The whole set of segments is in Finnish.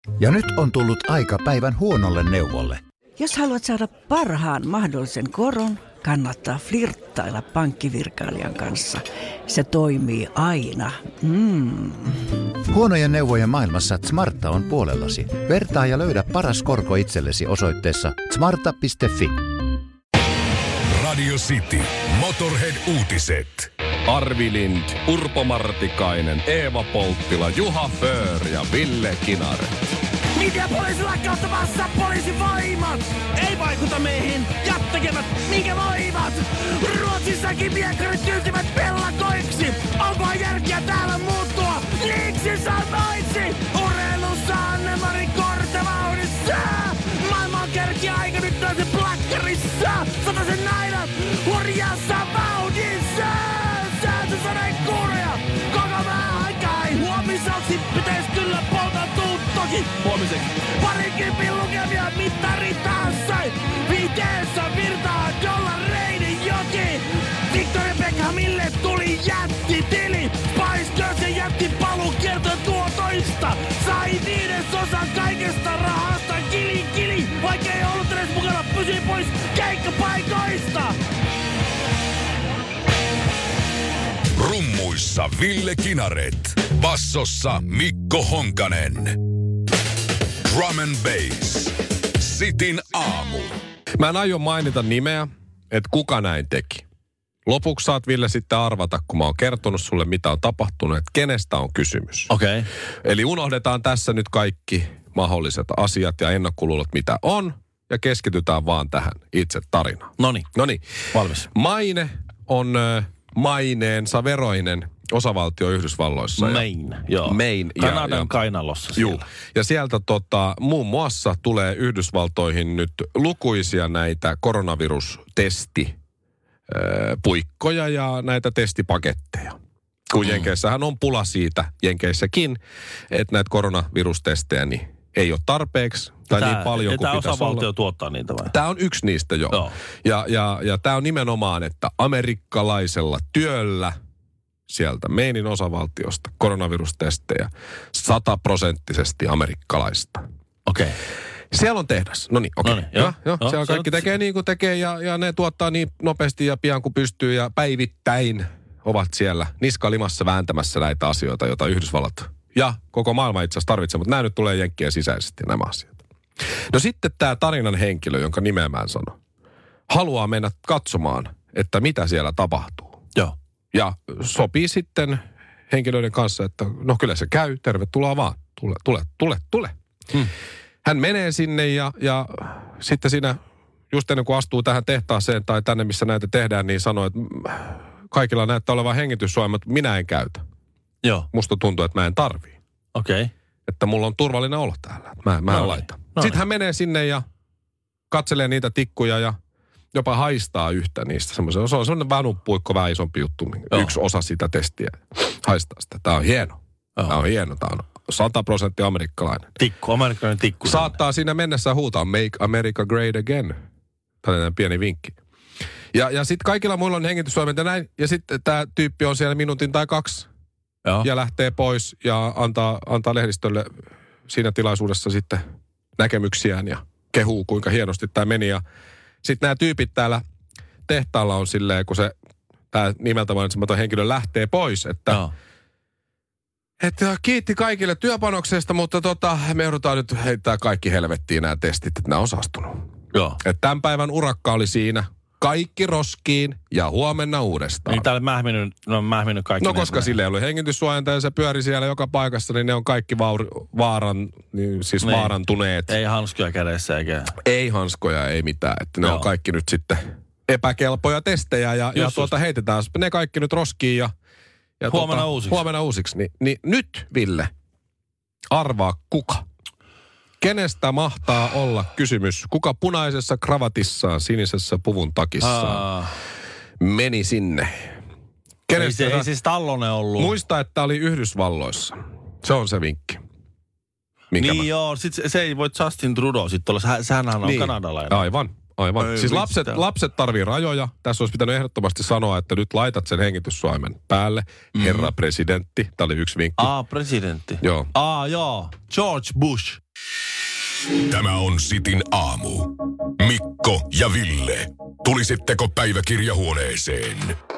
Ja nyt on tullut aika päivän huonolle neuvolle. Jos haluat saada parhaan mahdollisen koron, kannattaa flirttailla pankkivirkailijan kanssa. Se toimii aina. Huonojen neuvojen maailmassa Smarta on puolellasi. Vertaa ja löydä paras korko itsellesi osoitteessa smarta.fi. Radio City. Motorhead-uutiset. Arvi Lind, Urpo Martikainen, Eeva Polttila, Juha Föör ja Ville Kinaret. Mikä poliisi lakkauttamassa poliisivoimat? Ei vaikuta meihin ja tekevät minkä voivat. Ruotsissakin miekkarit tyytyvät pellakoiksi. Onko järkeä täällä muuttua? Liiksi sanoisi! Urheilussa Anne-Mari Kortevauhdissa. Maailman kärkiä aika nyt on se plakkarissa. Satasen aina hurjassa vauhdissa. Säätösaneen kuuroja. Koko vähän aikaa ei huomiseksi. Pitäis kyllä poltautua toki huomiseksi. Parikympin lukemia mittari taas sai. Viiteessä virtaa dollareiden joki. Victoria Beckhamille tuli jättitili. Spice Girls jätti paluu kertoi tuotoista. Sai 1/5 kaikesta rahasta kili. Vaikka ei ollut edes mukana, pysyi pois keikkapaikoista. Rummuissa Ville Kinaret. Bassossa Mikko Honkanen. Drum and Bass. Cityn aamu. Mä en aio mainita nimeä, että kuka näin teki. Lopuksi saat, Ville, sitten arvata, kun mä oon kertonut sulle, mitä on tapahtunut, että kenestä on kysymys. Okei. Okay. Eli unohdetaan tässä nyt kaikki mahdolliset asiat ja ennakkoluulot, mitä on, ja keskitytään vaan tähän itse tarinaan. Noniin. Valmis. Maine on maineensa veroinen osavaltio Yhdysvalloissa. Maine, joo. Maine. Kanadan kainalossa siellä. Juu. Ja sieltä muun muassa tulee Yhdysvaltoihin nyt lukuisia näitä koronavirustesti puikkoja ja näitä testipaketteja. Kun Jenkeissähän on pula siitä, Jenkeissäkin, että näitä koronavirustestejä niin ei ole tarpeeksi tai niin paljon kuin pitäisi olla. Tämä osavaltio tuottaa niitä vai? Tämä on yksi niistä, joo. Ja tämä on nimenomaan, että amerikkalaisella työllä sieltä Mainen osavaltiosta koronavirustestejä 100% amerikkalaista. Okei. Okay. Siellä on tehdas. Okei. Joo. Siellä kaikki tekee niin kuin tekee ja ne tuottaa niin nopeasti ja pian kuin pystyy ja päivittäin ovat siellä niskalimassa vääntämässä näitä asioita, joita Yhdysvallat ja koko maailma itse asiassa tarvitsee, mutta nämä nyt tulee jenkkien sisäisesti nämä asiat. No sitten tämä tarinan henkilö, jonka nimeä mä en sano, haluaa mennä katsomaan, että mitä siellä tapahtuu. Joo. Ja sopii sitten henkilöiden kanssa, että no kyllä se käy, tervetuloa vaan, tule. Hän menee sinne ja sitten siinä just ennen kuin astuu tähän tehtaaseen tai tänne, missä näitä tehdään, niin sanoo, että kaikilla näyttää olevan hengityssuojamat, minä en käytä. Joo. Musta tuntuu, että mä en tarvii. Okei. Okay. Että mulla on turvallinen olo täällä. Mä en laita. Sitten hän menee sinne ja katselee niitä tikkuja ja jopa haistaa yhtä niistä. Se on semmoinen vanunpuikko, vähän isompi juttu. Yksi osa sitä testiä. Haistaa sitä. Tää on hieno. Tää on 100% amerikkalainen. Amerikkalainen tikku. Saattaa siinä mennessä huutaa Make America Great Again. Tällainen pieni vinkki. Ja sitten kaikilla muilla on hengityssuojamat ja näin. Ja sitten tämä tyyppi on siellä minuutin tai 2. Joo. Ja lähtee pois ja antaa lehdistölle siinä tilaisuudessa sitten näkemyksiään ja kehuu, kuinka hienosti tämä meni. Ja sitten nämä tyypit täällä tehtaalla on silleen, kun tämä nimeltä mainitsematon henkilö lähtee pois, että kiitti kaikille työpanoksesta, mutta me joudutaan nyt heittää kaikki helvettiin nämä testit, että nämä on saastunut. Joo. Että tämän päivän urakka oli siinä. Kaikki roskiin ja huomenna uudestaan. Niin täällä mähminyt kaikki. No koska sille ei ollut hengityssuojanta ja se pyöri siellä joka paikassa, niin ne on kaikki vaarantuneet. Ei hanskoja kädessä eikä. Ei hanskoja, ei mitään. Että ne on kaikki nyt sitten epäkelpoja testejä ja heitetään ne kaikki nyt roskiin ja huomenna uusiksi. Niin nyt, Ville, arvaa kuka. Kenestä mahtaa olla kysymys? Kuka punaisessa kravatissaan, sinisessä puvun takissaan meni sinne? Kenestä ei siis Tallonen ollut. Muista, että oli Yhdysvalloissa. Se on se vinkki. Niin joo, sit se ei voi Justin Trudeau sitten olla. Sehän on kanadalainen. Aivan. Ei, siis lapset tarvii rajoja. Tässä olisi pitänyt ehdottomasti sanoa, että nyt laitat sen hengityssuoimen päälle. Herra presidentti. Tämä oli yksi vinkki. Presidentti. Joo. Joo. George Bush. Tämä on Sitin aamu. Mikko ja Ville. Tulisitteko päiväkirjahuoneeseen?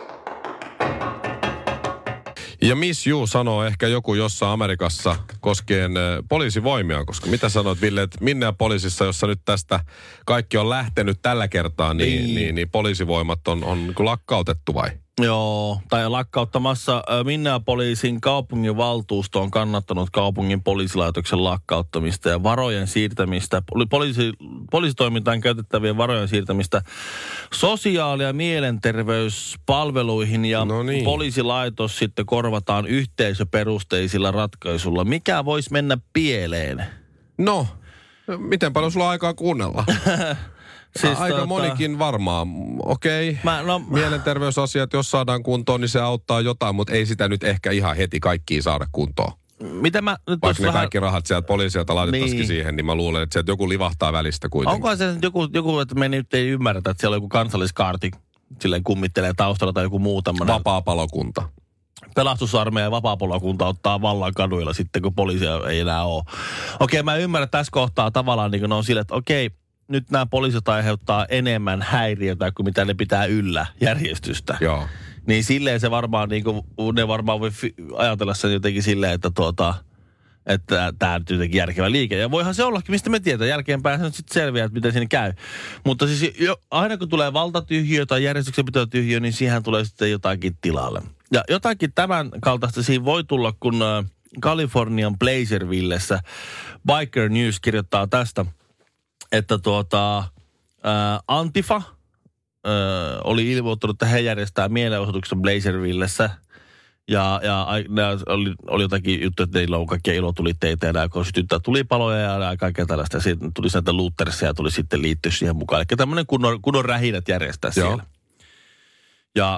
Ja Miss You sanoo ehkä joku jossain Amerikassa koskien poliisivoimia, koska mitä sanoit, Ville, että Minneapolisissa, jossa nyt tästä kaikki on lähtenyt tällä kertaa, niin poliisivoimat on lakkautettu vai? Joo, tai lakkauttamassa. Minneapolisin kaupunginvaltuusto on kannattanut kaupungin poliisilaitoksen lakkauttamista ja varojen siirtämistä, poliisitoimintaan käytettävien varojen siirtämistä sosiaali- ja mielenterveyspalveluihin ja poliisilaitos sitten korvataan yhteisöperusteisilla ratkaisulla. Mikä voisi mennä pieleen? No, miten paljon sulla on aikaa kuunnella? Siis aika monikin varmaan. Okei. Mielenterveysasiat, jos saadaan kuntoon, niin se auttaa jotain, mutta ei sitä nyt ehkä ihan heti kaikkiin saada kuntoon. Mitä mä nyt vaikka ne kaikki rahat sieltä poliisilta laitettaisikin siihen, niin mä luulen, että sieltä joku livahtaa välistä kuitenkin. Onko se joku, että me nyt ei ymmärretä, että siellä on joku kansalliskaarti, silleen kummittelee taustalla tai joku muu tämmöinen. Vapaa-palokunta. Pelastusarmeija ja vapaa-palokunta ottaa vallan kaduilla sitten, kun poliisia ei enää ole. Okei, mä ymmärrän tässä kohtaa tavallaan niin kuin ne on sille, että okei, nyt nämä poliisit aiheuttaa enemmän häiriötä kuin mitä ne pitää yllä järjestystä. Joo. Niin silleen se varmaan, niin kuin, ne varmaan voi ajatella sen jotenkin silleen, että tämä on jotenkin järkevä liike. Ja voihan se ollakin, mistä me tietää. Jälkeenpäin se nyt sitten selviää, että miten siinä käy. Mutta siis aina kun tulee valtatyhjiö tai järjestyksenpitotyhjiö, niin siihen tulee sitten jotakin tilalle. Ja jotakin tämän kaltaista siinä voi tulla, kun Kalifornian Blazervillessä Biker News kirjoittaa tästä, että Antifa oli ilmoittanut, että he järjestää mielenosoituksen Blazervillessä. Ja oli jotakin juttuja, että niillä on kaikkia ilotulitteita ja kun sytyttää tulipaloja ja kaikkea tällaista. Ja sitten tuli näitä Luthersia ja tuli sitten liittyä siihen mukaan. Eli tämmöinen kunnon rähinät järjestää siellä. Ja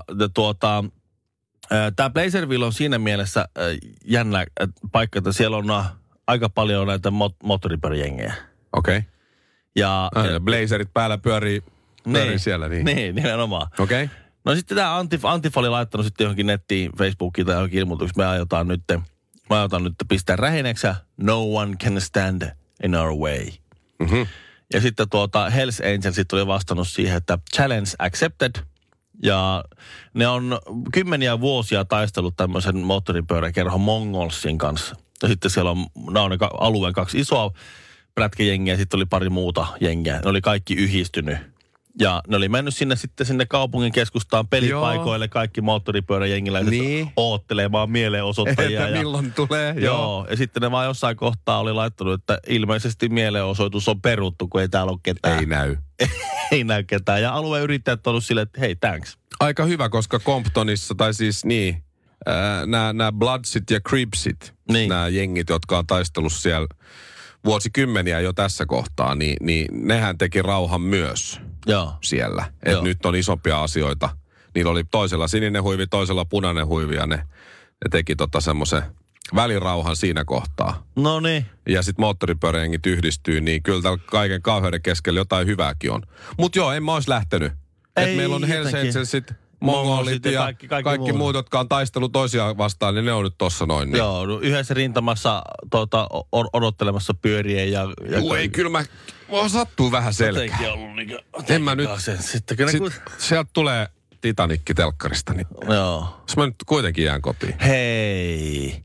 tämä Blazerville on siinä mielessä jännä paikka, että siellä on aika paljon näitä moottoripyöräjengejä. Okei. Okay. Ja blazerit päällä pyörii siellä. Niin, nimenomaan. Okei. Okay. No sitten tämä Antifa oli laittanut sitten johonkin nettiin, Facebookiin tai johonkin ilmoitukseen. Me aiotaan nyt pistää rähineeksi no one can stand in our way. Mm-hmm. Ja sitten Hells Angels oli vastannut siihen, että challenge accepted. Ja ne on kymmeniä vuosia taistellut tämmöisen moottoripyöräkerhon Mongolsin kanssa. Ja sitten siellä on alueen 2 isoa prätkäjengiä ja sitten oli pari muuta jengiä. Ne oli kaikki yhdistynyt. Ja ne oli mennyt sinne kaupungin keskustaan pelipaikoille kaikki moottoripyöräjengiläiset oottelemaan mielenosoittajia. Että milloin tulee. Joo. Ja sitten ne vaan jossain kohtaa oli laittanut, että ilmeisesti mielenosoitus on peruttu, kun ei täällä ole ketään. Ei näy. Ei näy ketään. Ja alueen yrittäjät on ollut silleen, että hei, thanks. Aika hyvä, koska Comptonissa, tai siis nämä Bloodsit ja Cripsit, nämä jengit, jotka on taistellut siellä vuosikymmeniä jo tässä kohtaa, niin nehän teki rauhan myös. Joo. Siellä. Että nyt on isompia asioita. Niillä oli toisella sininen huivi, toisella punainen huivi ja ne teki semmoisen välirauhan siinä kohtaa. No niin. Ja sitten moottoripyöräjengit yhdistyy, niin kyllä täällä kaiken kauheuden keskellä jotain hyvääkin on. Mutta joo, en mä olisi lähtenyt. Että meillä on Hells Angelsit, Mongolit ja kaikki muut, jotka on taistellut toisiaan vastaan, niin ne on nyt tossa noin. Niin. Joo, yhdessä rintamassa odottelemassa pyörien ja ei, kyllä mä sattuu vähän selkään. Jotenkin ollut niin en mä nyt. Sieltä tulee Titanikki telkkarista, niin joo. Jos mä nyt kuitenkin jään kotiin. Hei,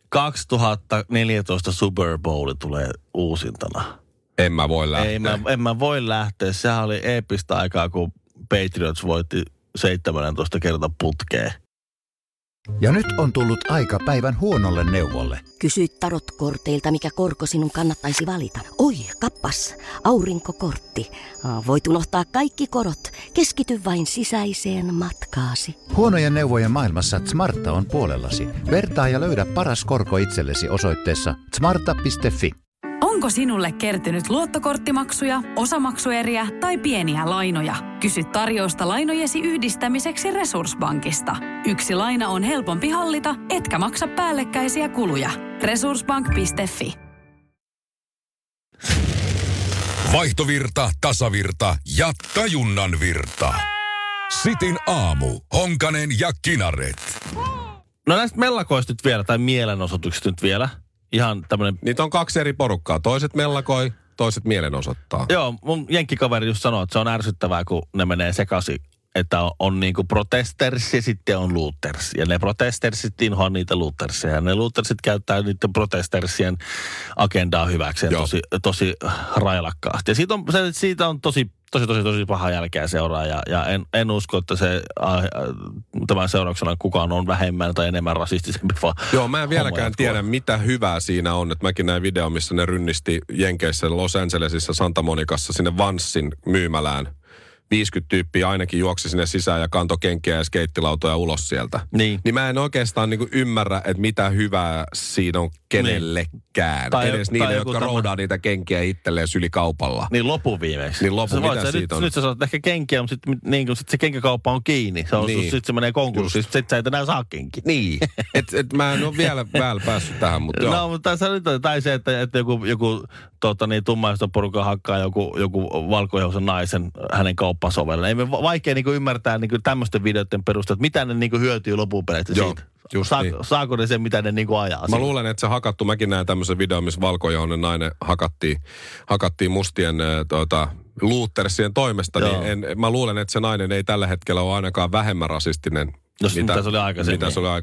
2014 Super Bowl tulee uusintana. En mä voi lähteä. En mä voi lähteä. Sehän oli eeppistä aikaa, kun Patriots voitti 17 kertaa putkeen. Ja nyt on tullut aika päivän huonolle neuvolle. Kysy tarotkorteilta, mikä korko sinun kannattaisi valita. Oi, kappas, aurinkokortti. Voit unohtaa kaikki korot. Keskity vain sisäiseen matkaasi. Huonojen neuvojen maailmassa Smarta on puolellasi. Vertaa ja löydä paras korko itsellesi osoitteessa smarta.fi. Onko sinulle kertynyt luottokorttimaksuja, osamaksueriä tai pieniä lainoja? Kysy tarjousta lainojesi yhdistämiseksi Resurssbankista. Yksi laina on helpompi hallita, etkä maksa päällekkäisiä kuluja. Resurssbank.fi. Vaihtovirta, tasavirta ja tajunnan virta. Sitin aamu. Honkanen ja Kinaret. No näistä mellakoista nyt vielä, tai mielenosoituksista nyt vielä. Ihan tämmönen. Niitä on 2 eri porukkaa. Toiset mellakoi toiset mielenosoittaa. Joo, mun jenkkikaveri just sanoi, että se on ärsyttävää, kun ne menee sekaisin. Että on niinku protesters ja sitten on looters. Ja ne protestersit inhoaa niitä lootersia. Ja ne lootersit käyttää niiden protestersien agendaa hyväkseen tosi railakkaasti. Ja siitä on tosi paha jälkeä seuraa. Ja en usko, että se tämän seurauksena kukaan on vähemmän tai enemmän rasistisempi. Joo, mä en vieläkään tiedä, mitä hyvää siinä on. Että mäkin näin video, missä ne rynnisti Jenkeissä Los Angelesissa Santa Monicassa sinne Vanssin myymälään. 50 tyyppiä ainakin juoksi sinne sisään ja kantoi kenkiä ja skeittilautoja ulos sieltä. Niin mä en oikeastaan niinku ymmärrä, että mitä hyvää siinä on kenellekään. Tai edes niille, jotka roudaa niitä kenkiä itselleen sylikaupalla. Niin loppuviimeksi. Niin mitä siitä on? Nyt sä saat ehkä kenkiä, mutta sitten sit se kenkäkauppa on kiinni. Sitten se menee konkurssiin. Sitten sä et enää saa kenkiä. Niin. et mä en ole vielä päässyt tähän, mutta joo. No, mutta tai se, että joku tummaista porukka hakkaa joku valkoihoisen naisen hänen kauppasovelle. Ei me vaikea niinku ymmärtää niinku tämmöisten videoiden perusteella, että mitä ne niinku hyötyy loppupeleissä siitä. Saako ne sen, mitä ne niinku ajaa? Mä luulen, että se hakattu, mäkin näin tämmöisen videon, missä valkoihoinen nainen hakattiin mustien lootersien toimesta, niin mä luulen, että se nainen ei tällä hetkellä ole ainakaan vähemmän rasistinen. Mitä se oli aikaisemmin.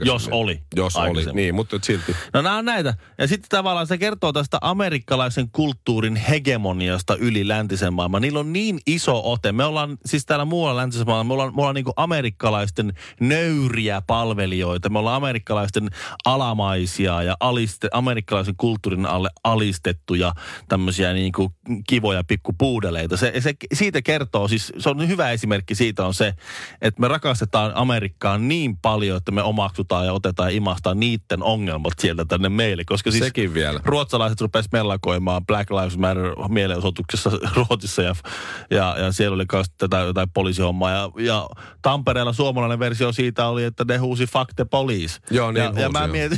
Jos oli, niin, mutta silti. No nämä on näitä. Ja sitten tavallaan se kertoo tästä amerikkalaisen kulttuurin hegemoniasta yli läntisen maailman. Niillä on niin iso ote. Me ollaan siis täällä muualla läntisessä maailmassa, me ollaan niin kuin amerikkalaisten nöyriä palvelijoita. Me ollaan amerikkalaisten alamaisia ja amerikkalaisen kulttuurin alle alistettuja tämmöisiä niin kuin kivoja pikkupuudeleita. Se siitä kertoo, siis se on hyvä esimerkki siitä on se, että me rakastetaan Amerikkaan niin paljon, että me omaksutaan ja otetaan ja imastaan niiden ongelmat sieltä tänne meille. Koska siis sekin vielä. Ruotsalaiset rupesivat mellakoimaan Black Lives Matter mielenosoituksessa Ruotsissa ja siellä oli myös tätä jotain poliisihommaa. Ja Tampereella suomalainen versio siitä oli, että ne huusi fuck the police. Joo, niin ja mä mietin,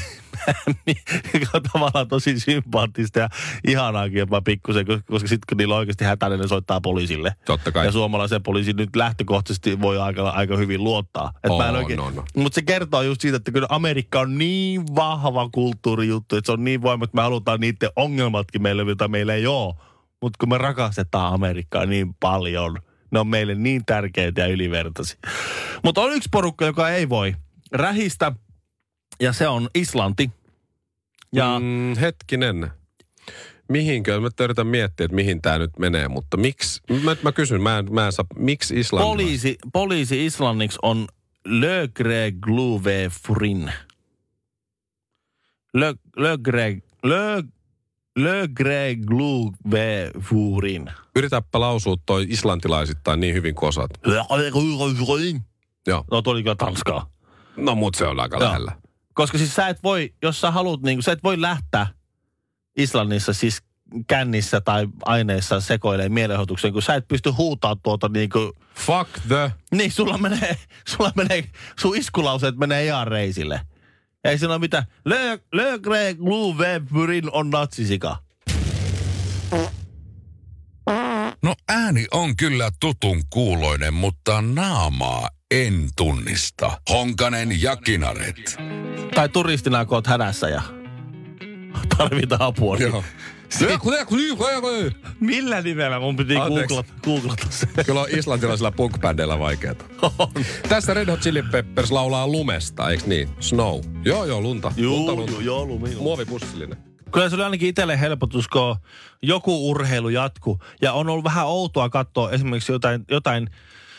tavallaan tosi sympaattista ja ihanaakin jopa pikkusen, koska sitten kun niillä on oikeasti hätäinen, ne soittaa poliisille. Totta kai. Ja suomalaisen poliisin nyt lähtökohtaisesti voi aika hyvin luottaa. Mutta se kertoo just siitä, että kyllä Amerikka on niin vahva kulttuurijuttu, että se on niin voima, että me halutaan niiden ongelmatkin meille, mitä meillä ei ole. Mutta kun me rakastetaan Amerikkaa niin paljon, ne on meille niin tärkeitä ja ylivertaisia. Mutta on yksi porukka, joka ei voi rähistä, ja se on Islanti. Ja hetkinen. Mihinkö? Mä yritän miettiä, että mihin tää nyt menee, mutta miksi? Mä kysyn, mä en saa, miksi Islanti? Poliisi islanniksi on Lögregluvefurin. Lögregluvefurin. Yritäpä lausua toi islantilaisittain niin hyvin kuin osaat. Joo. No tuli kyllä tanskaa. No mut se on aika lähellä. Koska siis sä et voi, jos sä haluat, niin sä et voi lähteä Islannissa siis kännissä tai aineissa sekoilee mielenosoitukseen, kun sä et pysty huutaa tuota niinku fuck the. Niin, sulla menee, sun iskulauseet menee ihan reisille. Ei siinä ole mitään. Lögregluvefurin on natsisika. No ääni on kyllä tutun kuuloinen, mutta naamaa en tunnista. Honkanen ja Kinaret. Tai turistina, kun oot hädässä ja tarvitaan apua. Joo. Millä nimellä mun piti googlata se? Kyllä on islantilaisilla punk-bändeillä vaikeeta. Tässä Red Hot Chili Peppers laulaa lumesta, eikö niin? Snow. Joo, lunta. Joo, lumi. Muovipussillinen. Kyllä se oli ainakin itselle helpotus, kun joku urheilu jatkuu. Ja on ollut vähän outoa katsoa esimerkiksi jotain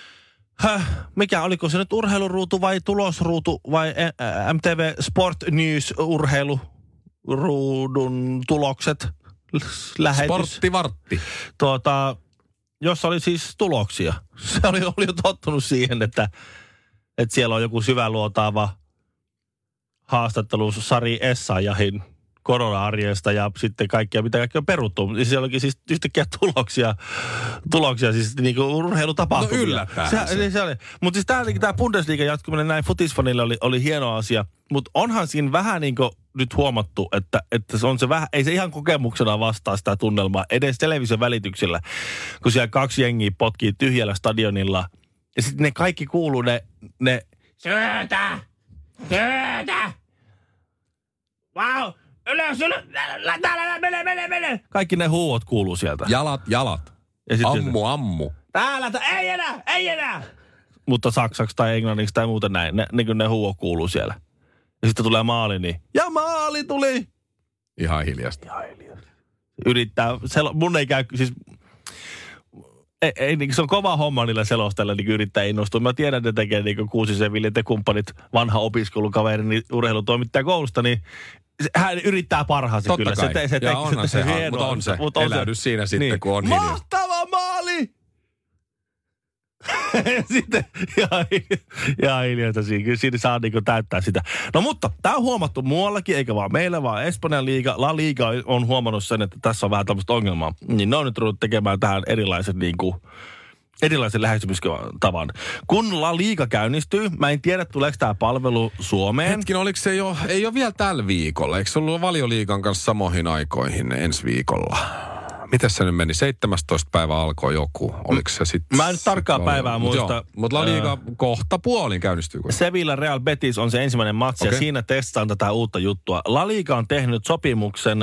mikä, oliko se nyt urheiluruutu vai tulosruutu vai MTV Sport News urheiluruudun tulokset, lähetys. Sporttivartti. Jossa oli siis tuloksia. Se oli jo tottunut siihen, että siellä on joku syväluotaava haastattelu Sari Essayahin korona-arjesta ja sitten kaikkea, mitä kaikki on peruttu. Siellä olikin siis yhtäkkiä tuloksia siis niinku urheilutapahtumia. No yllättää se oli. Mutta siis tämä Bundesliga jatkuminen näin futisfanille oli hieno asia, mutta onhan siinä vähän niinku nyt huomattu, että se on se vähän, ei se ihan kokemuksena vastaa sitä tunnelmaa edes television välityksellä, kun siellä 2 jengiä potkii tyhjällä stadionilla ja sitten ne kaikki kuuluu ne syötä! Wow! ylös, täällä, mene. Kaikki ne huuot kuuluu sieltä. Jalat. Ja Ammu. Täällä, ei enää. Mutta saksaksi tai englanniksi tai muuten näin. Ne huuot kuuluu siellä. Ja sitten tulee maali, niin ja maali tuli. Ihan hiljasta. Yrittää, mun ei käy, siis ei niin, se on kova homma niillä selostella, niin yrittää innostua. Mä tiedän, että tekee niin Kuusisen Ville, te kumppanit, vanha opiskelukaveri, niin urheilutoimittaja koulusta, niin hän yrittää parhaansa kyllä. Totta kai. Ja onhan se hienoa, mutta on se elähdys siinä sitten, niin. Kun on hiljasta. Mahtava maali! Sitten ihan hiljaista siinä. Kyllä siinä saa niinku täyttää sitä. No mutta tämä on huomattu muuallakin, eikä vaan meillä, vaan Espanjan liiga, La Liga on huomannut sen, että tässä on vähän tämmöistä ongelmaa. Niin ne on nyt ruvennut tekemään tähän erilaisen lähestymistavan. Kun La Liga käynnistyy, mä en tiedä, tuleeko tämä palvelu Suomeen. Hetkin, oliko se ei ole vielä tällä viikolla? Eikö se ollut Valioliigan kanssa samoihin aikoihin ensi viikolla? Mitäs se nyt meni? 17. päivä alkoi joku. Oliko se sitten? Mä en nyt tarkkaa päivää muista. Mutta La Liga kohta puolin käynnistyy. Sevilla Real Betis on se ensimmäinen matsi ja siinä testaan tätä uutta juttua. La Liga on tehnyt sopimuksen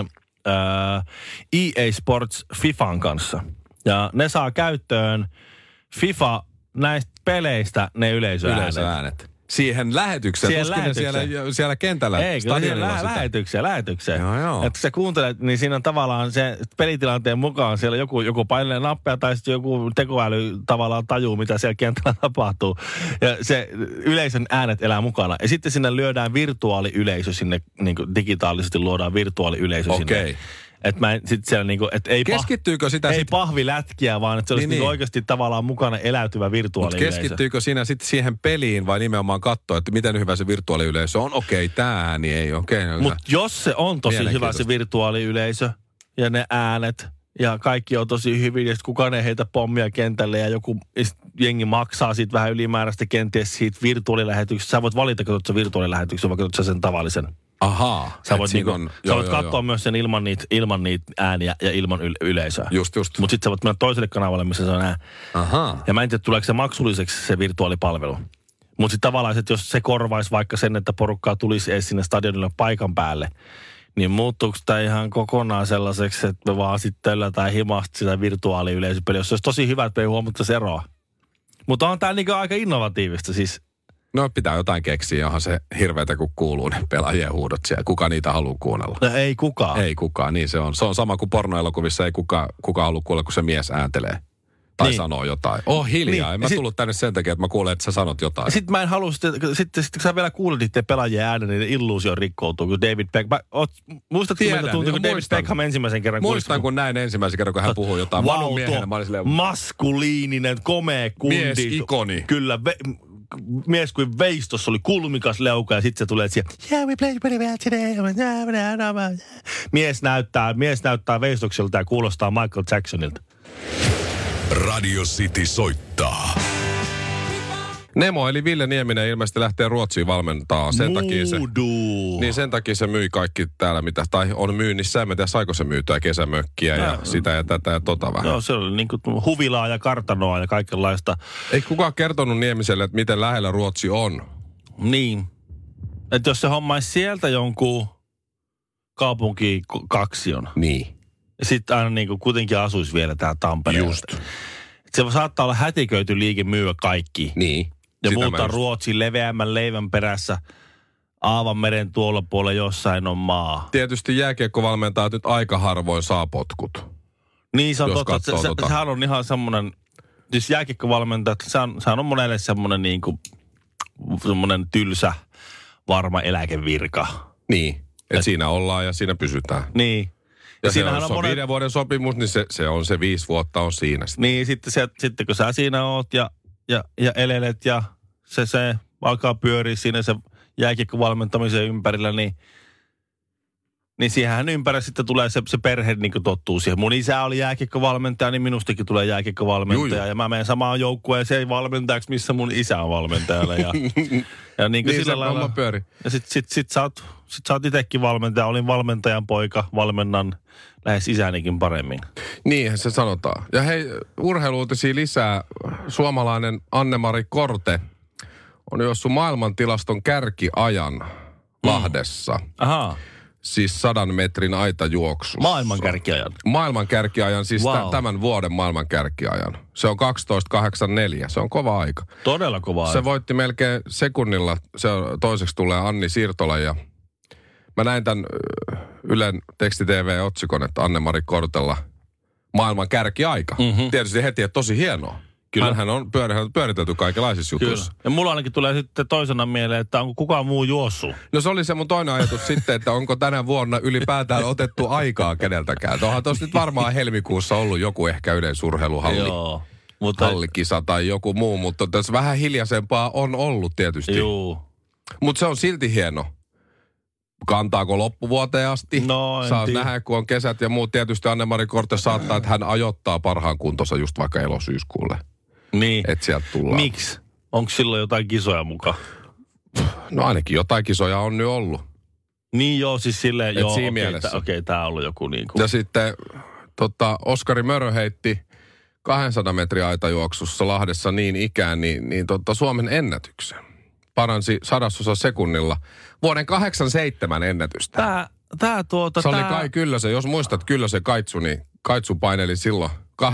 EA Sports FIFAn kanssa. Ja ne saa käyttöön FIFA näistä peleistä ne yleisöäänet. Siihen lähetykseen. Tuskin ne siellä kentällä. Ei, kyllä lähetykseen. Joo. Että sä kuuntelet, niin siinä on tavallaan se pelitilanteen mukaan siellä joku painelee nappia tai sitten joku tekoäly tavallaan tajuu, mitä siellä kentällä tapahtuu. Ja se yleisön äänet elää mukana. Ja sitten sinne lyödään virtuaaliyleisö sinne, niin kuin digitaalisesti luodaan virtuaaliyleisö sinne. Että mä sit siellä niinku, että keskittyykö sitä ei pahvilätkiä, vaan että se olisi niinku oikeasti tavallaan mukana eläytyvä virtuaaliyleisö. Mutta keskittyykö siinä sitten siihen peliin vai nimenomaan katsoa, että miten hyvä se virtuaaliyleisö on? Okei, tämä ääni ei, Mutta jos se on tosi hyvä se virtuaaliyleisö ja ne äänet ja kaikki on tosi hyvin ja sitten kukaan ei heitä pommia kentälle ja joku jengi maksaa siitä vähän ylimääräistä kenties siitä virtuaalilähetyksestä. Sä voit valita, katsot sä virtuaalilähetyksen vai katsot sä sen tavallisen. Ahaa. Sä voit katsoa myös sen ilman niitä ääniä ja ilman yleisöä. Just. Mutta sitten sä voit mennä toiselle kanavalle, missä se on ääni. Ahaa. Ja mä en tiedä, tuleeko se maksulliseksi se virtuaalipalvelu. Mutta sitten tavallaan, että jos se korvaisi vaikka sen, että porukkaa tulisi edes sinne stadionille paikan päälle, niin muuttuuko tämä ihan kokonaan sellaiseksi, että me vaan sitten töllätään himasta sitä virtuaaliyleisöpeliä, jos se olisi tosi hyvä, että me ei huomattaisi eroa. Mutta on tämä niinku aika innovatiivista siis. No pitää jotain keksiä, onhan se hirveätä, kun kuuluu ne pelaajien huudot siellä. Kuka niitä haluaa kuunnella? No ei kukaan. Ei kukaan, niin se on. Se on sama kuin pornoelokuvissa, ei kukaan halua kuulla, kun se mies ääntelee. Tai sanoo jotain. Hiljaa. En mä tullut tänne sen takia, että mä kuulen, että sä sanot jotain. Sitten mä en halua, sitten kun sä vielä kuulet niiden pelaajien äänen, niin illuusio rikkoutuu, kun David Beckham. Muistatko, miltä tuntui, kun David Beckham ensimmäisen kerran muistan, kun näin ensimmäisen kerran, kun hän puhui jotain. Wow, maskuliininen, komea kundi. Mies-ikoni. Kyllä, mies kuin veistossa oli kulmikas leuka ja sitten se tulee siihen. Yeah, we play pretty well today. Mies näyttää veistokselta ja kuulostaa Michael Jacksonilta. Radio City soittaa. Nemo eli Ville Nieminen ilmeisesti lähtee Ruotsiin valmentaa. Sen takia se myi kaikki täällä, tai on myynnissä. En tiedä, saiko se myytyä kesämökkiä ja sitä ja tätä ja tota vähän. Joo, se oli niin kuin huvilaa ja kartanoa ja kaikenlaista. Ei kukaan kertonut Niemiselle, että miten lähellä Ruotsi on. Niin. Että jos se hommaisi sieltä jonkun kaupunkiin kaksion. Niin. Ja sitten aina niin kuin kuitenkin asuisi vielä täällä Tampereella. Just. Se saattaa olla hätiköity liike myyä kaikki. Niin. Ja muuta Ruotsin leveämmän leivän perässä Aavanmeren tuolla puolella jossain on maa. Tietysti jääkiekkovalmentajat nyt aika harvoin saa potkut. Niin se on totta. Sehän on ihan semmoinen, siis jääkiekkovalmentajat, sehän on monelle semmoinen niin kuin, semmoinen tylsä, varma eläkevirka. Niin, että siinä ollaan ja siinä pysytään. Niin. Ja se on 5 vuoden sopimus, niin se on se 5 vuotta on siinä. Niin, sitten kun sä siinä oot ja elelet ja se alkaa pyöriä siinä se jääkiekkovalmentamisen ympärillä, niin siihenhän ympärillä sitten tulee se perhe niin kuin tottuu siihen. Mun isä oli jääkiekkovalmentaja, niin minustakin tulee jääkiekkovalmentaja. Juu. Ja mä menen samaan joukkueeseen valmentajaksi, missä mun isä on valmentajana. Ja niin kuin sillä lailla. Ja sit sä oot itsekin valmentaja. Olin valmentajan poika, valmennan lähes isänikin paremmin. Niinhän se sanotaan. Ja hei, urheiluutisia lisää. Suomalainen Anne-Mari Korte on juossut maailmantilaston kärkiajan Lahdessa. Ahaa. siis 100 metrin aitajuoksussa. Maailmankärkiajan, siis tämän vuoden maailmankärkiajan. Se on 12.84, se on kova aika. Todella kova aika. Se voitti melkein sekunnilla, toiseksi tulee Anni Siirtola ja mä näin tämän Ylen teksti-TV-otsikon, että Anne-Mari Kortella maailmankärkiaika. Tietysti heti, että tosi hienoa. Kyllä. Hänhän on pyöritelty kaikenlaisissa jutuissa. Ja mulla ainakin tulee sitten toisena mieleen, että onko kukaan muu juossut. No se oli se mun toinen ajatus sitten, että onko tänä vuonna ylipäätään otettu aikaa keneltäkään. Onhan tuossa nyt varmaan helmikuussa ollut joku ehkä yleisurheiluhalli. Joo. Hallikisa tai joku muu, mutta tässä vähän hiljaisempaa on ollut tietysti. Joo. Mutta se on silti hieno. Kantaako loppuvuoteen asti? No, Saat nähdä, kun on kesät ja muut. Tietysti Anne-Mari Korte saattaa, että hän ajoittaa parhaan kuntonsa just vaikka elosyyskuulle. Niin. Että sieltä tullaan. Miksi? Onko silloin jotain kisoja mukaan? No ainakin jotain kisoja on nyt ollut. Niin joo, siis silleen joo. Siinä mielessä. Okei, tää on ollut joku niin kuin. Ja sitten Oskari Mörö heitti 200 metrin aitajuoksussa Lahdessa niin ikään, niin Suomen ennätyksen. Paransi 100 sekunnilla vuoden 87 ennätystä. Se oli Kai Kyllösen, jos muistat Kyllösen Kaitsu, niin Kaitsu paineli silloin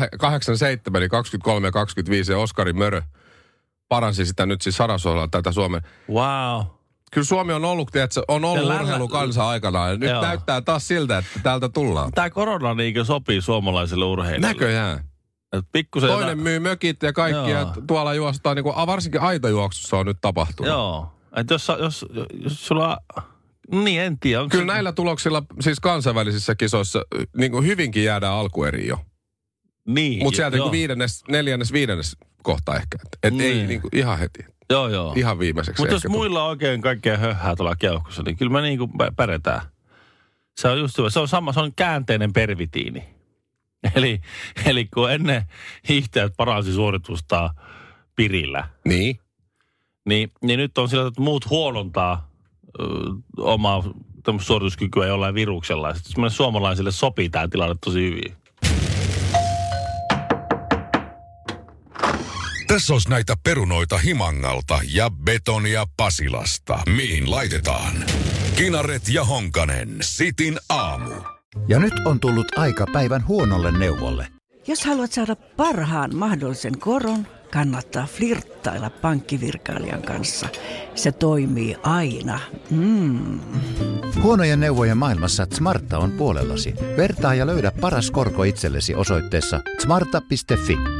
87, 23 ja 25 ja Oskari Mörö paransi sitä nyt siis 100 tätä Suomen. Wow. Kyllä Suomi on ollut, tiedätkö, urheilukansa aikanaan ja nyt näyttää taas siltä, että täältä tullaan. Tämä korona niinkö sopii suomalaiselle urheilijalle. Näköjään. Toinen myy mökit ja kaikki ja tuolla juostaan, niin kuin, varsinkin aitajuoksussa on nyt tapahtunut. Joo. Että jos sulla, niin en tiedä. Kyllä näillä tuloksilla siis kansainvälisissä kisoissa niin kuin hyvinkin jäädään alkueriin jo. Niin. Mutta sieltä niin 4., 5. kohta ehkä. Että ei niin kuin ihan heti. Joo. Ihan viimeiseksi. Mutta jos muilla on oikein kaikkea höhää tuolla keuhkossa, niin kyllä me niin kuin pärjätään. Se on just hyvä. Se on käänteinen pervitiini. Eli kun ennen hiihtäjät paransi suoritusta pirillä. Niin nyt on sillä, että muut huonontaa omaa suorituskykyä jollain viruksella. Sitten suomalaisille sopii tämä tilanne tosi hyvin. Tässä olisi näitä perunoita Himangalta ja betonia Pasilasta. Mihin laitetaan? Kinaret ja Honkanen. Sitin aamu. Ja nyt on tullut aika päivän huonolle neuvolle. Jos haluat saada parhaan mahdollisen koron, kannattaa flirttailla pankkivirkailijan kanssa. Se toimii aina. Huonojen neuvojen maailmassa Smarta on puolellasi. Vertaa ja löydä paras korko itsellesi osoitteessa smarta.fi.